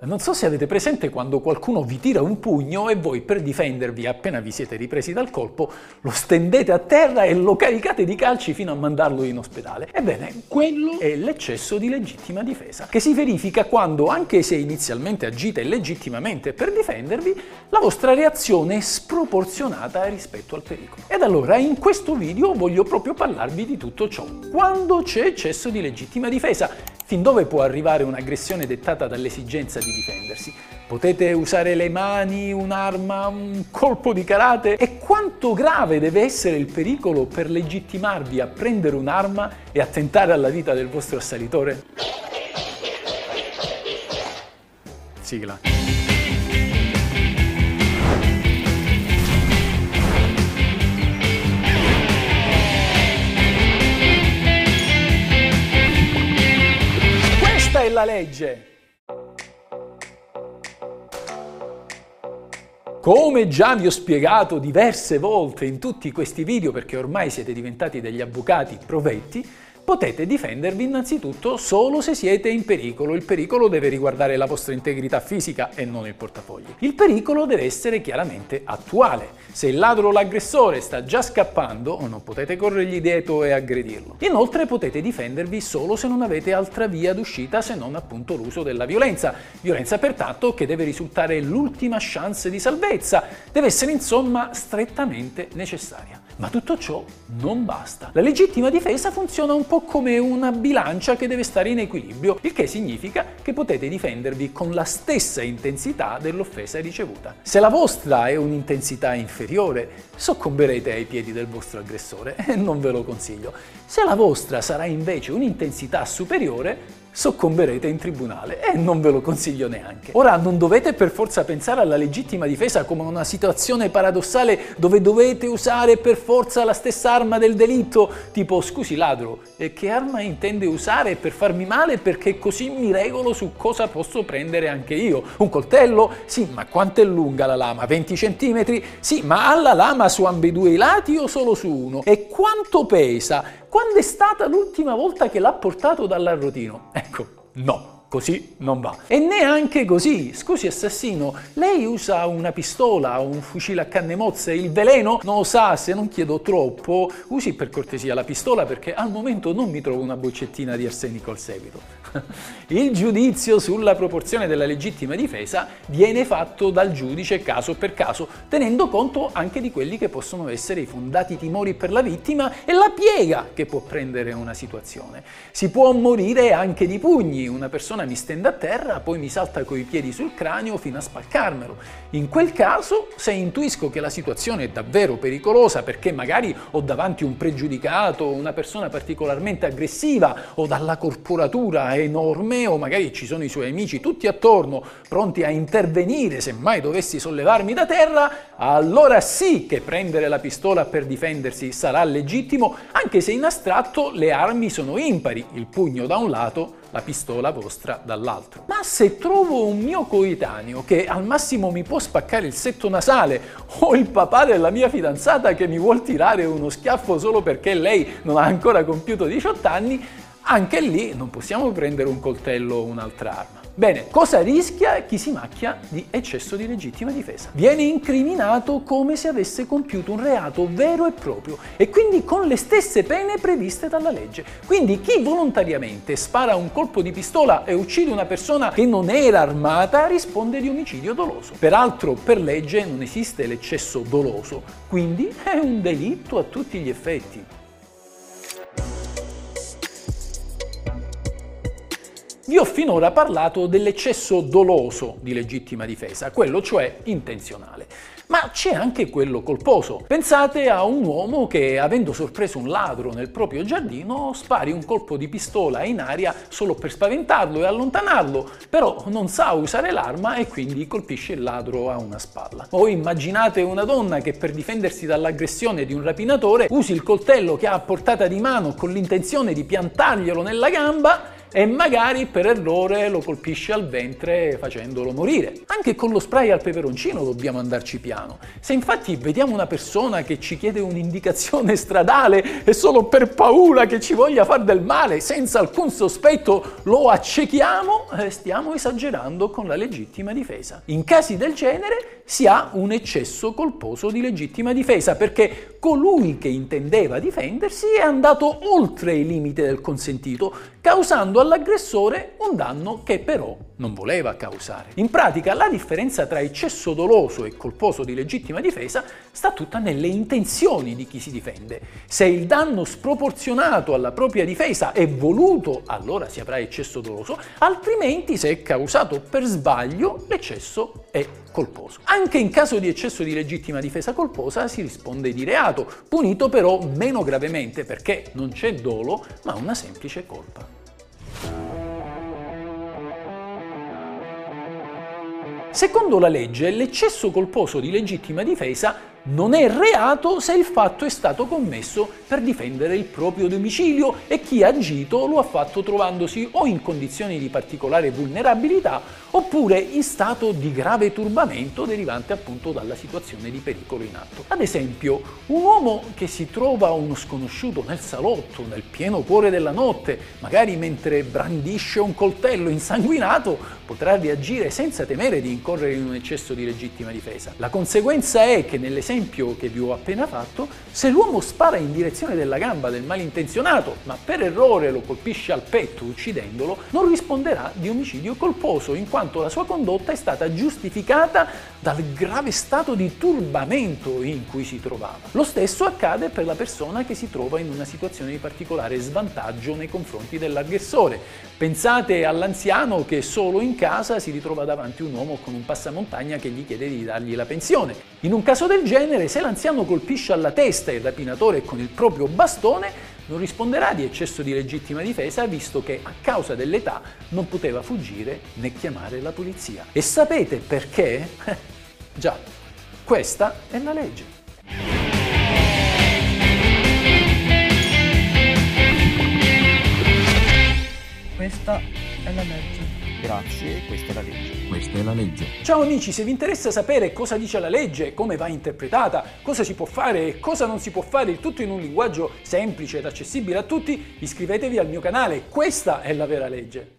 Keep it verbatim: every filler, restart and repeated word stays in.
Non so se avete presente quando qualcuno vi tira un pugno e voi per difendervi, appena vi siete ripresi dal colpo, lo stendete a terra e lo caricate di calci fino a mandarlo in ospedale. Ebbene, quello è l'eccesso di legittima difesa, che si verifica quando, anche se inizialmente agite legittimamente per difendervi, la vostra reazione è sproporzionata rispetto al pericolo. Ed allora, in questo video voglio proprio parlarvi di tutto ciò. Quando c'è eccesso di legittima difesa, fin dove può arrivare un'aggressione dettata dall'esigenza di difendersi? Potete usare le mani, un'arma, un colpo di karate? E quanto grave deve essere il pericolo per legittimarvi a prendere un'arma e a tentare alla vita del vostro assalitore? Sigla. Questa è la legge! Come già vi ho spiegato diverse volte in tutti questi video, perché ormai siete diventati degli avvocati provetti, potete difendervi innanzitutto solo se siete in pericolo. Il pericolo deve riguardare la vostra integrità fisica e non il portafogli. Il pericolo deve essere chiaramente attuale. Se il ladro o l'aggressore sta già scappando, non potete corrergli dietro e aggredirlo. Inoltre potete difendervi solo se non avete altra via d'uscita se non appunto l'uso della violenza. Violenza pertanto che deve risultare l'ultima chance di salvezza, deve essere insomma strettamente necessaria. Ma tutto ciò non basta. La legittima difesa funziona un po' come una bilancia che deve stare in equilibrio, il che significa che potete difendervi con la stessa intensità dell'offesa ricevuta. Se la vostra è un'intensità inferiore, soccomberete ai piedi del vostro aggressore e non ve lo consiglio. Se la vostra sarà invece un'intensità superiore, soccomberete in tribunale e non ve lo consiglio neanche. Ora, non dovete per forza pensare alla legittima difesa come una situazione paradossale dove dovete usare per forza la stessa arma del delitto, tipo scusi ladro, e che arma intende usare per farmi male perché così mi regolo su cosa posso prendere anche io? Un coltello? Sì, ma quanto è lunga la lama? venti centimetri? Sì, ma ha la lama su ambedue i lati o solo su uno? E quanto pesa? Quando è stata l'ultima volta che l'ha portato dall'arrotino? Ecco, no, così non va. E neanche così. Scusi assassino, lei usa una pistola o un fucile a canne mozze? Il veleno? Non lo sa, se non chiedo troppo, usi per cortesia la pistola perché al momento non mi trovo una boccettina di arsenico al seguito. Il giudizio sulla proporzione della legittima difesa viene fatto dal giudice caso per caso, tenendo conto anche di quelli che possono essere i fondati timori per la vittima e la piega che può prendere una situazione. Si può morire anche di pugni, una persona mi stende a terra, poi mi salta coi piedi sul cranio fino a spaccarmelo. In quel caso, se intuisco che la situazione è davvero pericolosa perché magari ho davanti un pregiudicato, una persona particolarmente aggressiva o dalla corporatura enorme, o magari ci sono i suoi amici tutti attorno pronti a intervenire se mai dovessi sollevarmi da terra, allora sì che prendere la pistola per difendersi sarà legittimo, anche se in astratto le armi sono impari, il pugno da un lato, la pistola vostra dall'altro. Ma se trovo un mio coetaneo che al massimo mi può spaccare il setto nasale, o il papà della mia fidanzata che mi vuol tirare uno schiaffo solo perché lei non ha ancora compiuto diciotto anni, anche lì non possiamo prendere un coltello o un'altra arma. Bene, cosa rischia chi si macchia di eccesso di legittima difesa? Viene incriminato come se avesse compiuto un reato vero e proprio e quindi con le stesse pene previste dalla legge. Quindi chi volontariamente spara un colpo di pistola e uccide una persona che non era armata risponde di omicidio doloso. Peraltro per legge non esiste l'eccesso doloso, quindi è un delitto a tutti gli effetti. Vi ho finora parlato dell'eccesso doloso di legittima difesa, quello cioè intenzionale. Ma c'è anche quello colposo. Pensate a un uomo che, avendo sorpreso un ladro nel proprio giardino, spari un colpo di pistola in aria solo per spaventarlo e allontanarlo, però non sa usare l'arma e quindi colpisce il ladro a una spalla. O immaginate una donna che per difendersi dall'aggressione di un rapinatore usi il coltello che ha a portata di mano con l'intenzione di piantarglielo nella gamba e magari per errore lo colpisce al ventre facendolo morire. Anche con lo spray al peperoncino dobbiamo andarci piano. Se infatti vediamo una persona che ci chiede un'indicazione stradale e solo per paura che ci voglia far del male, senza alcun sospetto lo accechiamo, eh, stiamo esagerando con la legittima difesa. In casi del genere si ha un eccesso colposo di legittima difesa, perché colui che intendeva difendersi è andato oltre i limiti del consentito, causando all'aggressore un danno che però non voleva causare. In pratica, la differenza tra eccesso doloso e colposo di legittima difesa sta tutta nelle intenzioni di chi si difende. Se il danno sproporzionato alla propria difesa è voluto, allora si avrà eccesso doloso, altrimenti se è causato per sbaglio, l'eccesso è colposo. Anche in caso di eccesso di legittima difesa colposa si risponde di reato, punito però meno gravemente perché non c'è dolo, ma una semplice colpa. Secondo la legge, l'eccesso colposo di legittima difesa non è reato se il fatto è stato commesso per difendere il proprio domicilio e chi ha agito lo ha fatto trovandosi o in condizioni di particolare vulnerabilità oppure in stato di grave turbamento derivante appunto dalla situazione di pericolo in atto. Ad esempio, un uomo che si trova uno sconosciuto nel salotto, nel pieno cuore della notte, magari mentre brandisce un coltello insanguinato, potrà reagire senza temere di incorrere in un eccesso di legittima difesa. La conseguenza è che nell'esempio che vi ho appena fatto, se l'uomo spara in direzione della gamba del malintenzionato, ma per errore lo colpisce al petto uccidendolo, non risponderà di omicidio colposo, in quanto la sua condotta è stata giustificata dal grave stato di turbamento in cui si trovava. Lo stesso accade per la persona che si trova in una situazione di particolare svantaggio nei confronti dell'aggressore. Pensate all'anziano che solo in casa si ritrova davanti un uomo con un passamontagna che gli chiede di dargli la pensione. In un caso del genere, se l'anziano colpisce alla testa il rapinatore con il proprio bastone, non risponderà di eccesso di legittima difesa, visto che a causa dell'età non poteva fuggire né chiamare la polizia. E sapete perché? Già, questa è la legge. Questa è la legge. Grazie, questa è la legge. Questa è la legge. Ciao amici, se vi interessa sapere cosa dice la legge, come va interpretata, cosa si può fare e cosa non si può fare, il tutto in un linguaggio semplice ed accessibile a tutti, iscrivetevi al mio canale. Questa è la vera legge.